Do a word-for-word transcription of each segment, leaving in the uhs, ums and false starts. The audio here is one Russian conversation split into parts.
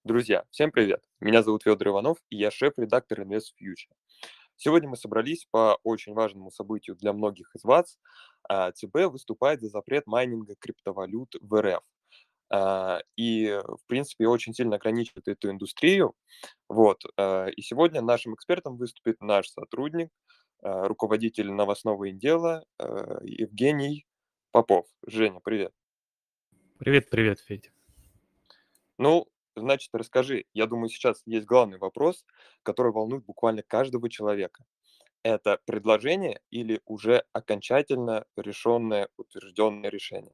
Друзья, всем привет! Меня зовут Федор Иванов, и я шеф-редактор InvestFuture. Сегодня мы собрались по очень важному событию для многих из вас. А, ЦБ выступает за запрет майнинга криптовалют в РФ. А, И, в принципе, очень сильно ограничивает эту индустрию. Вот. а, И сегодня нашим экспертом выступит наш сотрудник, а, руководитель новостного отдела а, Евгений Попов. Женя, привет! Привет, привет, Федя. Ну, значит, расскажи. Я думаю, сейчас есть главный вопрос, который волнует буквально каждого человека. Это предложение или уже окончательно решенное, утвержденное решение?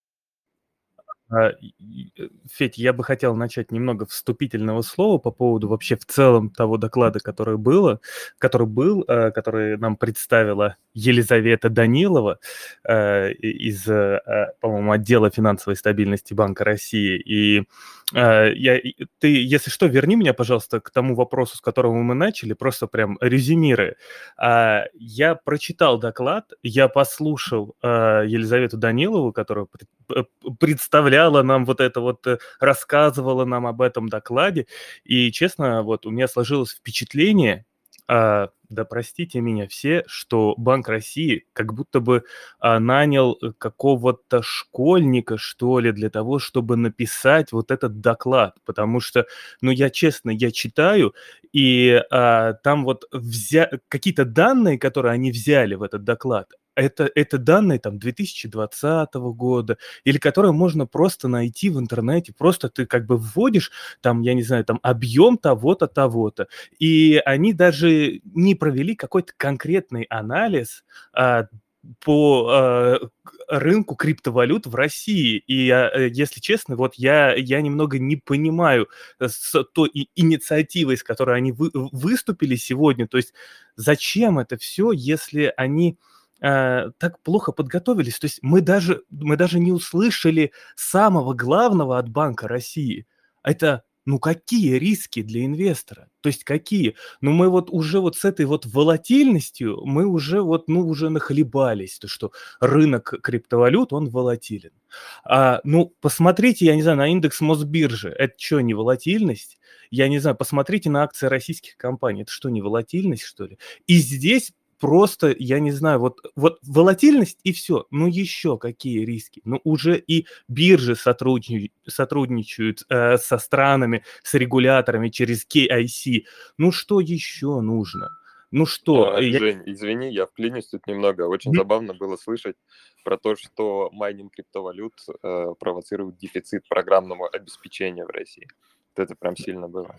А, и и, э, Федь, я бы хотел начать немного вступительного слова по поводу вообще в целом того доклада, который было, который был, э, который нам представила Елизавета Данилова, э, и из, э, э, по-моему, отдела финансовой стабильности Банка России. И, э, я и ты, если что, верни меня, пожалуйста, к тому вопросу, с которого мы начали, просто прям резюмируя. А, я прочитал доклад, я послушал, э, Елизавету Данилову, которая пред п представляла нам вот это вот, э, рассказывала нам об этом докладе. И честно, вот у меня сложилось впечатление, а, да простите меня все, что Банк России как будто бы, а, нанял, э, какого-то школьника, что ли, для того, чтобы написать вот этот доклад. Потому что, ну, я честно, я читаю, и, а, там вот взя какие-то данные, которые они взяли в этот доклад, это это данные там две тысячи двадцатого года, или которые можно просто найти в интернете. Просто ты как бы вводишь там, я не знаю, там объем того-то, того-то. И они даже не провели какой-то конкретный анализ, а, по, а, к рынку криптовалют в России. И я, э, если честно, вот я я немного не понимаю, э, с той и инициативой, с которой они вы выступили сегодня. То есть зачем это все, если они, а, так плохо подготовились? То есть мы даже мы даже не услышали самого главного от Банка России. Это, ну, какие риски для инвестора? То есть какие? Ну, мы вот уже вот с этой вот волатильностью, мы уже вот, ну, уже нахлебались, то, что рынок криптовалют, он волатилен. А, ну, посмотрите, я не знаю, на индекс Мосбиржи. Это что, не волатильность? Я не знаю, посмотрите на акции российских компаний. Это что, не волатильность, что ли? И здесь просто, я не знаю, вот вот волатильность и все. Ну, еще какие риски? Ну, уже и биржи сотрудничают сотрудничают, э, со странами, с регуляторами через кей ай си. Ну, что еще нужно? Ну что, А, я Жень, извини, я вклинюсь тут немного. Очень Мгм. забавно было слышать про то, что майнинг криптовалют э, провоцирует дефицит программного обеспечения в России. Вот это прям сильно было.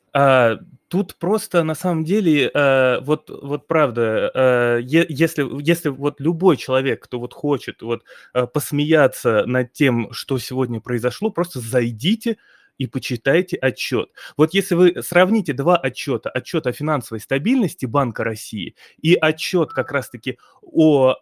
А, тут просто на самом деле, э, вот вот правда, э, е если если вот любой человек, кто вот хочет вот, э, посмеяться над тем, что сегодня произошло, просто зайдите и почитайте отчет. Вот если вы сравните два отчета: отчет о финансовой стабильности Банка России и отчет как раз таки о,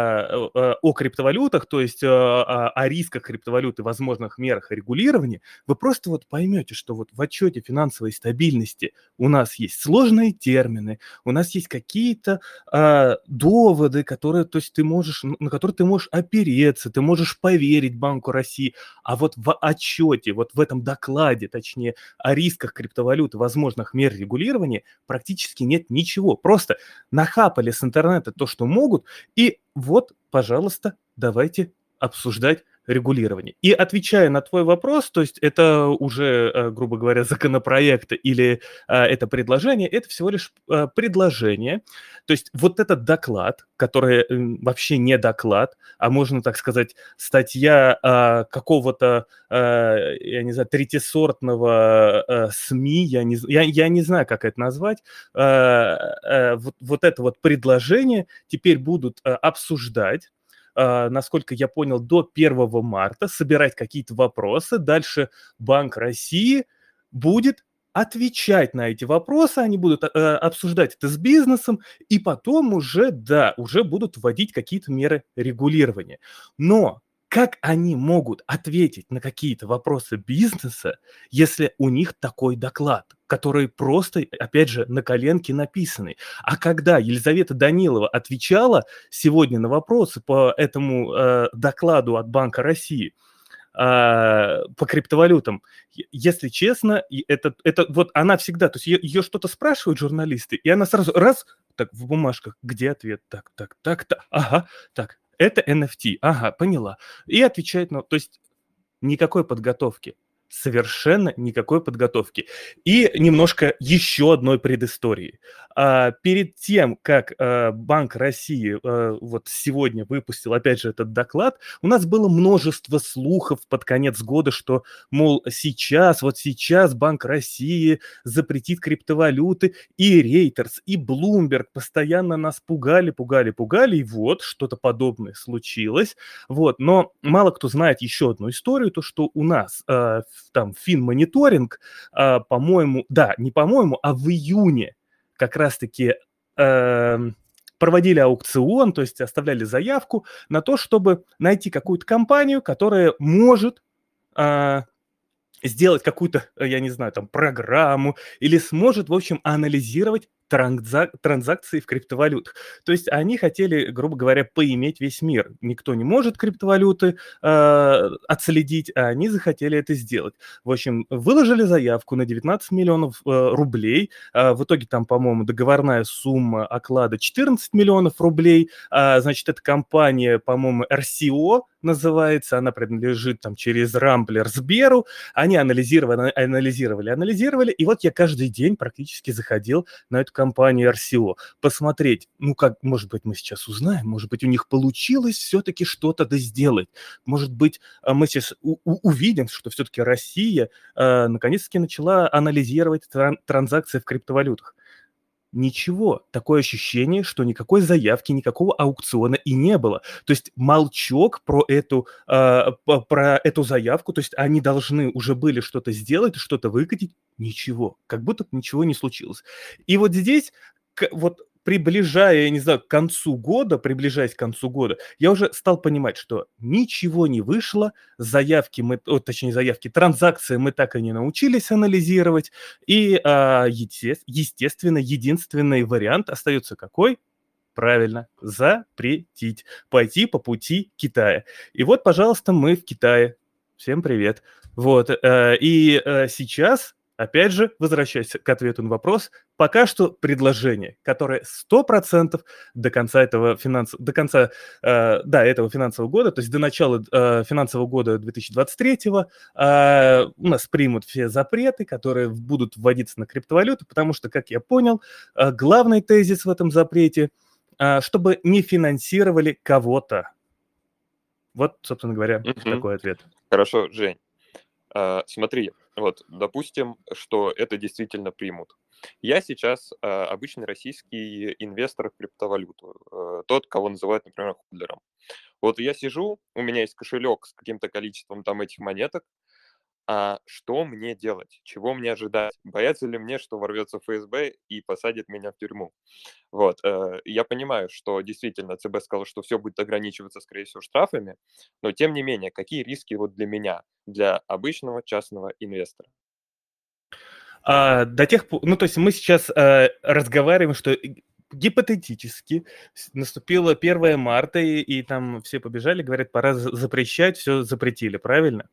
а, э, о криптовалютах, то есть, э, о о рисках криптовалют и возможных мерах регулирования, вы просто вот поймете, что вот в отчете финансовой стабильности у нас есть сложные термины, у нас есть какие-то, а, доводы, которые, то есть ты можешь, н на которые ты можешь опереться, ты можешь поверить Банку России. А вот в отчете, вот в этом докладе, точнее, о рисках криптовалют и возможных мер регулирования практически нет ничего. Просто нахапали с интернета то, что могут, и вот, пожалуйста, давайте обсуждать регулирование. И отвечая на твой вопрос, то есть это уже, э, грубо говоря, законопроект или, а, это предложение, это всего лишь, э, предложение. То есть вот этот доклад, который, м, вообще не доклад, а можно так сказать, статья, а, какого-то, а, я не знаю, третьесортного, э, СМИ, я не з я я не знаю, как это назвать. А, э, вот вот это вот предложение теперь будут, э, обсуждать, а, насколько я понял, до первого марта, собирать какие-то вопросы. Дальше Банк России будет отвечать на эти вопросы, они будут, э, обсуждать это с бизнесом, и потом уже, да, уже будут вводить какие-то меры регулирования. Но как они могут ответить на какие-то вопросы бизнеса, если у них такой доклад, который просто, опять же, на коленке написанный? А когда Елизавета Данилова отвечала сегодня на вопросы по этому, э, докладу от Банка России, а, по криптовалютам. Если честно, это, это вот она всегда, то есть ее, ее что-то спрашивают журналисты, и она сразу раз, так, в бумажках, где ответ? Так, так, так, так, ага, так, это эн эф ти, ага, поняла. И отвечает, ну, то есть никакой подготовки. Совершенно никакой подготовки. И немножко еще одной предыстории. А, перед тем, как а, Банк России а, вот сегодня выпустил, опять же, этот доклад, у нас было множество слухов под конец года, что, мол, сейчас, вот сейчас Банк России запретит криптовалюты, и Reuters, и Bloomberg постоянно нас пугали, пугали, пугали, и вот что-то подобное случилось. Вот, но мало кто знает еще одну историю, то, что у нас э, там финмониторинг, э, по-моему, да, не по-моему, а в июне как раз-таки э, проводили аукцион, то есть оставляли заявку на то, чтобы найти какую-то компанию, которая может э, сделать какую-то, я не знаю, там, программу или сможет, в общем, анализировать транзак- транзакции в криптовалютах. То есть они хотели, грубо говоря, поиметь весь мир. Никто не может криптовалюты э, отследить, а они захотели это сделать. В общем, выложили заявку на девятнадцать миллионов э, рублей. Э, в итоге там, по-моему, договорная сумма оклада четырнадцать миллионов рублей. А, значит, эта компания, по-моему, эр си о называется, она принадлежит там через Рамблер Сберу. Они анализировали, анализировали, анализировали, и вот я каждый день практически заходил на эту компанию эр си о посмотреть, ну как, может быть, мы сейчас узнаем, может быть, у них получилось все-таки что-то да сделать, может быть, мы сейчас у- у- увидим, что все-таки Россия э, наконец-таки начала анализировать тран- транзакции в криптовалютах. Ничего. Такое ощущение, что никакой заявки, никакого аукциона и не было. То есть молчок про эту, э, п- про эту заявку, то есть они должны уже были что-то сделать, что-то выкатить. Ничего. Как будто бы ничего не случилось. И вот здесь, к- вот приближая, я не знаю, к концу года, приближаясь к концу года, я уже стал понимать, что ничего не вышло, заявки мы, о, точнее заявки, транзакции мы так и не научились анализировать, и, а, есте- естественно, единственный вариант остается какой? Правильно, запретить, пойти по пути Китая. И вот, пожалуйста, мы в Китае. Всем привет. Вот, э, и э, сейчас, опять же, возвращаясь к ответу на вопрос, пока что предложение, которое сто процентов до конца этого финансового, до конца, э, да, этого финансового года, то есть до начала э, финансового года две тысячи двадцать третьего, э, у нас примут все запреты, которые будут вводиться на криптовалюты, потому что, как я понял, э, главный тезис в этом запрете – а, чтобы не финансировали кого-то. Вот, собственно говоря, Мгм. такой ответ. Хорошо, Жень. А, смотри, вот, допустим, что это действительно примут. Я сейчас а, обычный российский инвестор в криптовалюту, э, тот, кого называют, например, ходлером. Вот я сижу, у меня есть кошелек с каким-то количеством там этих монеток, а что мне делать? Чего мне ожидать? Бояться ли мне, что ворвется эф эс бэ и посадит меня в тюрьму? Вот, э, я понимаю, что действительно ЦБ сказал, что все будет ограничиваться, скорее всего, штрафами, но тем не менее, какие риски вот для меня, для обычного частного инвестора? А, до тех пор, ну, то есть мы сейчас э, разговариваем, что и- гипотетически с- наступило первое марта, и, и там все побежали, говорят, пора за- запрещать, все запретили, правильно?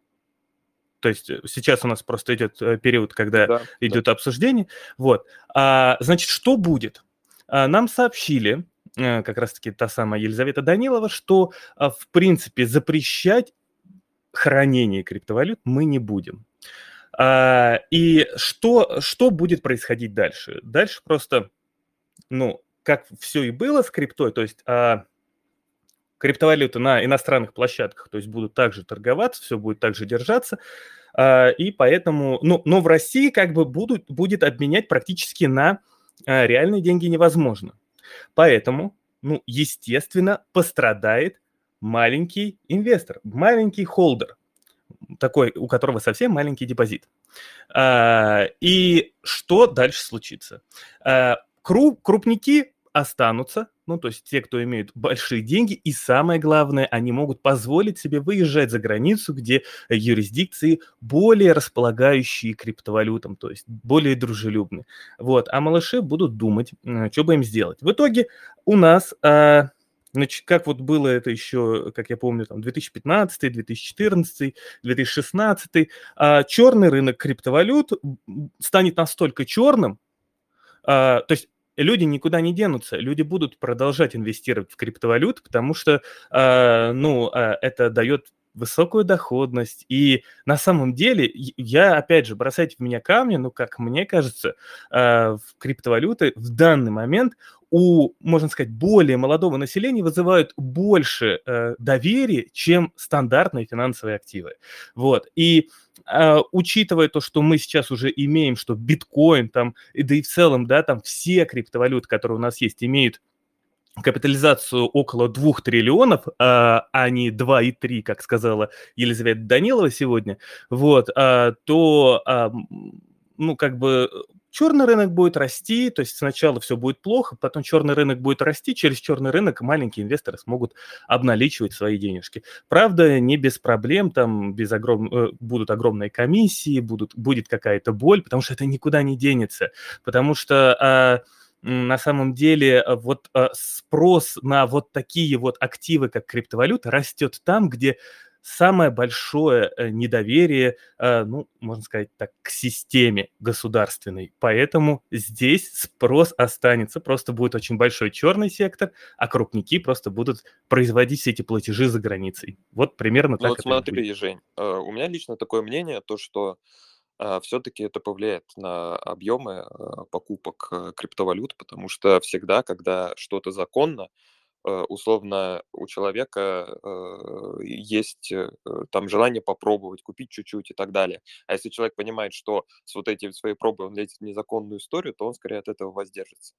То есть э, сейчас у нас просто идет э, период, когда Да, да. идет обсуждение. Вот. А, значит, что будет? А, нам сообщили, э, как раз-таки та самая Елизавета Данилова, что, а, в принципе, запрещать хранение криптовалют мы не будем. А, и что, что будет происходить дальше? Дальше просто, ну, как все и было с криптой, то есть а, криптовалюты на иностранных площадках, то есть будут также торговаться, все будет также держаться, а, и поэтому, ну, но в России как бы будут, будет обменять практически на а, реальные деньги невозможно. Поэтому, ну, естественно, пострадает маленький инвестор, маленький холдер, такой, у которого совсем маленький депозит. А, и что дальше случится? А, кру- крупники останутся, ну, то есть те, кто имеют большие деньги, и самое главное, они могут позволить себе выезжать за границу, где юрисдикции более располагающие криптовалютам, то есть более дружелюбные. Вот, а малыши будут думать, м, что бы им сделать. В итоге у нас а, Значит, как вот было это еще, как я помню, там две тысячи пятнадцатый, две тысячи четырнадцатый, две тысячи шестнадцатый, а черный рынок криптовалют м, станет настолько черным, а, то есть люди никуда не денутся, люди будут продолжать инвестировать в криптовалюты, потому что, а, ну, а, это дает высокую доходность. И на самом деле, и- я, опять же, бросайте в меня камни, но, как мне кажется, а, в криптовалюты в данный момент у, можно сказать, более молодого населения вызывают больше э, доверия, чем стандартные финансовые активы. Вот. И а, учитывая то, что мы сейчас уже имеем, что биткоин там, и да и в целом, да, там все криптовалюты, которые у нас есть, имеют капитализацию около двух триллионов, а, а не два и три, как сказала Елизавета Данилова сегодня, вот, а, то, а, м, ну, как бы черный рынок будет расти, то есть сначала все будет плохо, потом черный рынок будет расти, через черный рынок маленькие инвесторы смогут обналичивать свои денежки. Правда, не без проблем, там без огром... э, будут огромные комиссии, будут... будет какая-то боль, потому что это никуда не денется, потому что... а, м, на самом деле э, вот э, спрос на вот такие вот активы, как криптовалюта, растет там, где самое большое э, недоверие, э, ну, можно сказать так, к системе государственной. Поэтому здесь спрос останется, просто будет очень большой черный сектор, а крупники просто будут производить все эти платежи за границей. Вот примерно Ну так вот это и будет. смотри, Жень, э, у меня лично такое мнение, то что все-таки это повлияет на объемы э, покупок э, криптовалют, потому что всегда, когда что-то законно, э, условно у человека э, есть э, там желание попробовать, купить чуть-чуть и так далее. А если человек понимает, что с вот этим своей пробой он лезет в незаконную историю, то он скорее от этого воздержится.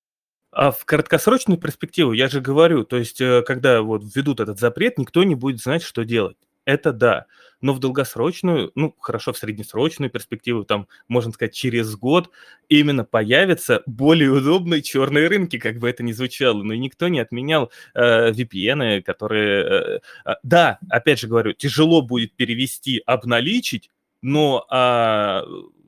А в краткосрочную перспективу, я же говорю, то есть, э, когда вот введут этот запрет, никто не будет знать, что делать. Это да. Но в долгосрочную, ну, хорошо, в среднесрочную перспективу, там, можно сказать, через год именно появятся более удобные черные рынки, как бы это ни звучало. Но и никто не отменял э, ви пи эн, которые... э, а, да, опять же говорю, тяжело будет перевести, обналичить, но а,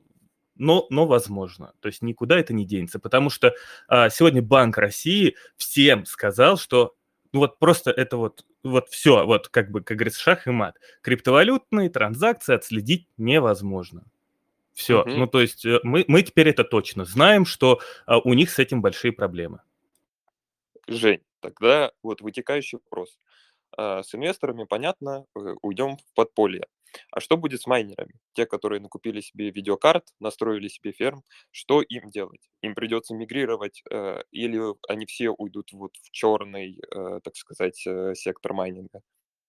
но, но возможно. То есть никуда это не денется, потому что а, сегодня Банк России всем сказал, что ну вот просто это вот, вот все, вот как бы, как говорится, шах и мат. Криптовалютные транзакции отследить невозможно. Все. Мгм. Ну, то есть э, мы, мы теперь это точно знаем, что а, у них с этим большие проблемы. Жень, тогда вот вытекающий вопрос. А, С инвесторами, понятно, э, уйдем в подполье. А что будет с майнерами? Те, которые накупили себе видеокарт, настроили себе ферм, что им делать? Им придется мигрировать, э, или они все уйдут вот в черный, э, так сказать, э, сектор майнинга?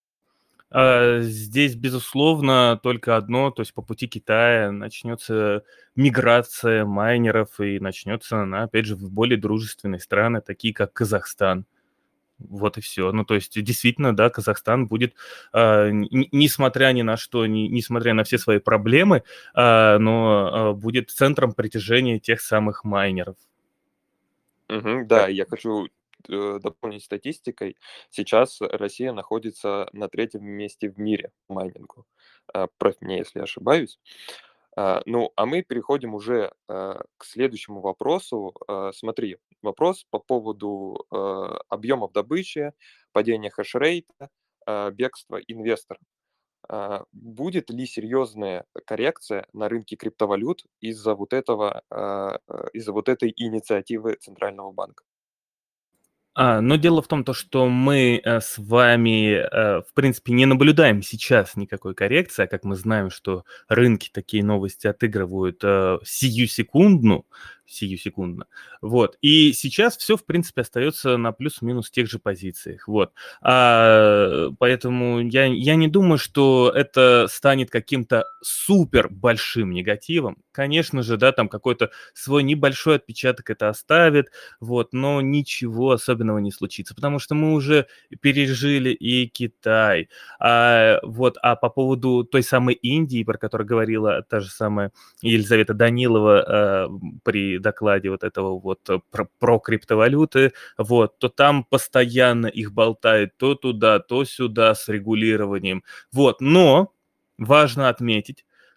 А, Здесь, безусловно, только одно, то есть по пути Китая начнется миграция майнеров и начнется она, опять же, в более дружественные страны, такие как Казахстан. Вот и все. Ну, то есть, действительно, да, Казахстан будет, а, н- несмотря ни на что, ни- несмотря на все свои проблемы, а, но а, будет центром притяжения тех самых майнеров. Мгм, Так. да, я хочу э, дополнить статистикой. Сейчас Россия находится на третьем месте в мире по майнингу. А, Правь меня, если я ошибаюсь. А, Ну, а мы переходим уже а, к следующему вопросу. А, Смотри, вопрос по поводу а, объемов добычи, падения хешрейта, а, бегства инвесторов. А, Будет ли серьезная коррекция на рынке криптовалют из-за вот этого, а, а, из-за вот этой инициативы Центрального банка? А, но дело в том, то, что мы э, с вами, э, в принципе, не наблюдаем сейчас никакой коррекции, а как мы знаем, что рынки такие новости отыгрывают э, сию секунду, сию секундно, вот. И сейчас все, в принципе, остается на плюс-минус тех же позициях, вот. А, поэтому я, я не думаю, что это станет каким-то супер большим негативом. Конечно же, да, там какой-то свой небольшой отпечаток это оставит, вот, но ничего особенного не случится, потому что мы уже пережили и Китай. А, вот, а по поводу той самой Индии, про которую говорила та же самая Елизавета Данилова а, при докладе вот этого вот э, про, про криптовалюты, вот, то там постоянно их болтает то туда, то сюда с регулированием. Вот, но важно отметить,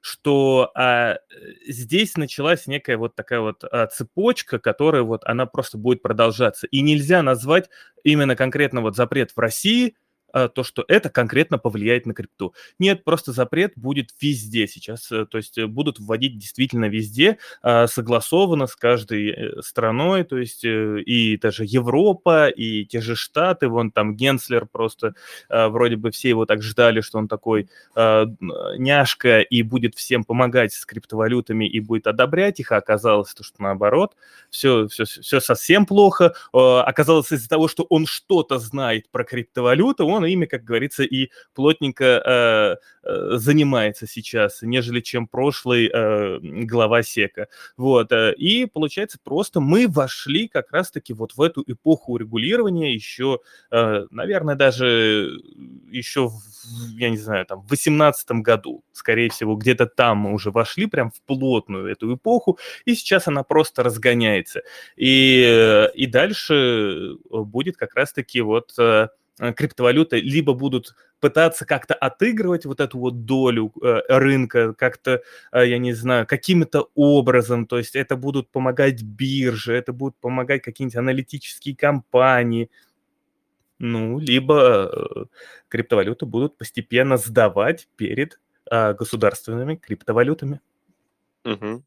что а, здесь началась некая вот такая вот а, цепочка, которая вот она просто будет продолжаться. И нельзя назвать именно конкретно вот запрет в России, а, то, что это конкретно повлияет на крипту. Нет, просто запрет будет везде сейчас, э, то есть э, будут вводить действительно везде, а, согласованно с каждой э, страной, то есть э, и даже Европа, и те же Штаты, вон там Генслер просто, а, вроде бы все его так ждали, что он такой а, няшка и будет всем помогать с криптовалютами и будет одобрять их, а оказалось то, что наоборот, все, все, все совсем плохо. А, оказалось из-за того, что он что-то знает про криптовалюты, он ими, как говорится, и плотненько э, э, занимается сейчас, нежели чем прошлый э, глава СЕКа. Вот. э, И получается, просто мы вошли как раз-таки вот в эту эпоху регулирования еще, э, наверное, даже еще, в, я не знаю, там, в восемнадцатом году, скорее всего, где-то там мы уже вошли прям в плотную эту эпоху, и сейчас она просто разгоняется. И, э, и дальше будет как раз-таки вот э, криптовалюты либо будут пытаться как-то отыгрывать вот эту вот долю э, рынка, как-то, э, я не знаю, каким-то образом, то есть это будут помогать биржи, это будут помогать какие-нибудь аналитические компании, ну, либо э, криптовалюты будут постепенно сдавать перед э, государственными криптовалютами. Мгм.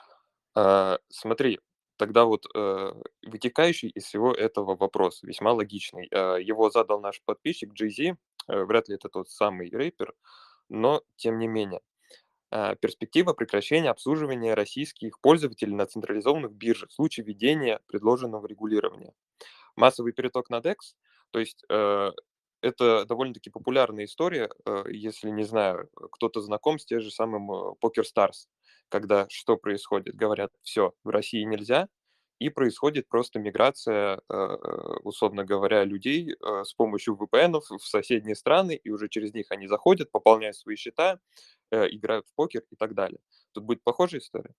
А, смотри, тогда вот э, вытекающий из всего этого вопрос весьма логичный. А, его задал наш подписчик Джей Зи. Э, вряд ли это тот самый рэпер, но тем не менее. А, перспектива прекращения обслуживания российских пользователей на централизованных биржах в случае введения предложенного регулирования. Массовый переток на декс, то есть э, это довольно-таки популярная история, э, если, не знаю, кто-то знаком с тем же самым э, Poker Stars, когда что происходит? Говорят, все, в России нельзя, и происходит просто миграция, э, условно говоря, людей э, с помощью ви пи эн в соседние страны, и уже через них они заходят, пополняют свои счета, э, играют в покер и так далее. Тут будет похожая история?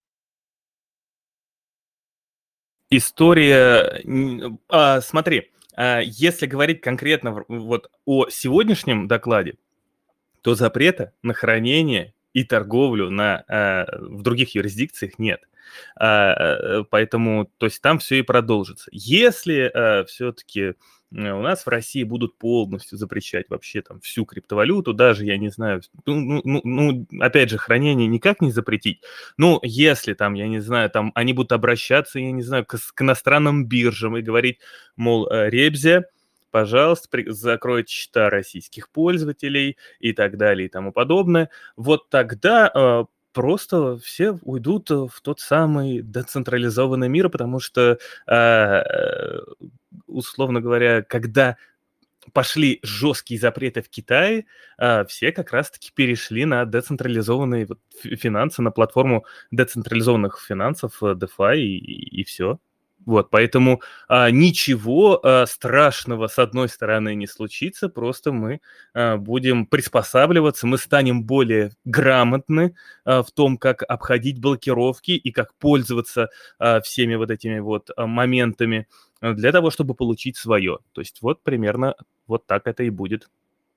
История, н- а, смотри, а, если говорить конкретно в- вот о сегодняшнем докладе, то запрета на хранение и торговлю на, а, в других юрисдикциях нет. А, э, Поэтому, то есть там все и продолжится. Если все-таки у нас в России будут полностью запрещать вообще там всю криптовалюту, даже, я не знаю, ну, ну, ну, ну, опять же, хранение никак не запретить. Ну, если там, я не знаю, там они будут обращаться, я не знаю, к, с- к иностранным биржам и говорить, мол, э, Ребзя, пожалуйста, при- закройте счета российских пользователей и так далее и тому подобное, вот тогда э, просто все уйдут э, в тот самый децентрализованный мир, потому что, э, э, условно говоря, когда пошли жесткие запреты в Китае, а, все как раз-таки перешли на децентрализованные вот фи- финансы, на платформу децентрализованных финансов, э, DeFi и, все. Вот, поэтому а, ничего а, страшного с одной стороны не случится, просто мы а, будем приспосабливаться, мы станем более грамотны а, в том, как обходить блокировки и как пользоваться а, всеми вот этими вот а, моментами а, для того, чтобы получить свое. То есть вот примерно вот так это и будет.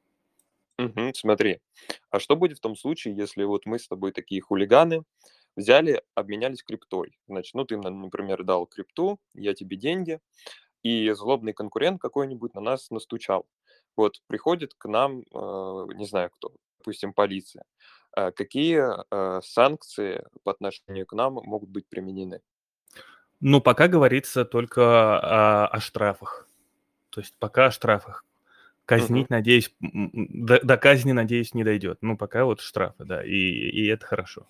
Мгм. Смотри, а что будет в том случае, если вот мы с тобой такие хулиганы, взяли, обменялись криптой? Значит, ну ты, на- например, дал крипту, я тебе деньги, и злобный конкурент какой-нибудь на нас настучал. Вот приходит к нам, э, не знаю кто, допустим, полиция. А какие э, санкции по отношению к нам могут быть применены? Ну, пока говорится только о, о штрафах. То есть пока о штрафах. Мгм. Казнить, надеюсь, м, м, до, до казни, надеюсь, не дойдет. Ну, пока вот штрафы, да, и, и это хорошо.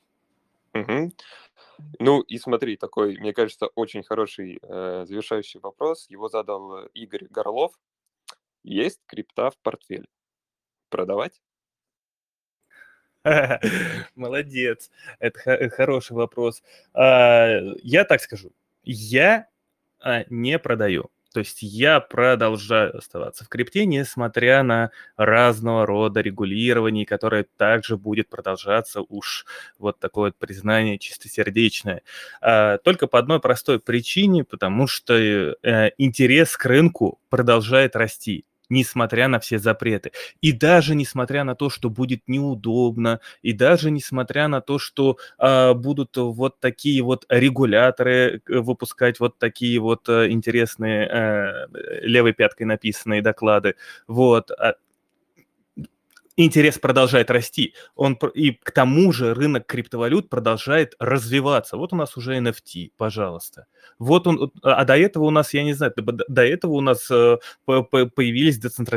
Мгм. Ну и смотри, такой, мне кажется, очень хороший э, завершающий вопрос. Его задал э, Игорь Горлов. Есть крипта в портфеле. Продавать? Молодец. Это хо- хороший вопрос. А, Я так скажу. Я а, не продаю. То есть я продолжаю оставаться в крипте, несмотря на разного рода регулирование, которое также будет продолжаться, уж вот такое вот признание чистосердечное. А, Только по одной простой причине, потому что э, интерес к рынку продолжает расти. несмотря на все запреты. И даже несмотря на то, что будет неудобно, и даже несмотря на то, что э, будут вот такие вот регуляторы выпускать вот такие вот э, интересные э, левой пяткой написанные доклады, вот, интерес продолжает расти. Он, и к тому же рынок криптовалют продолжает развиваться. Вот у нас уже эн эф ти, пожалуйста. Вот он, а до этого у нас, я не знаю, до этого у нас появились децентрализованные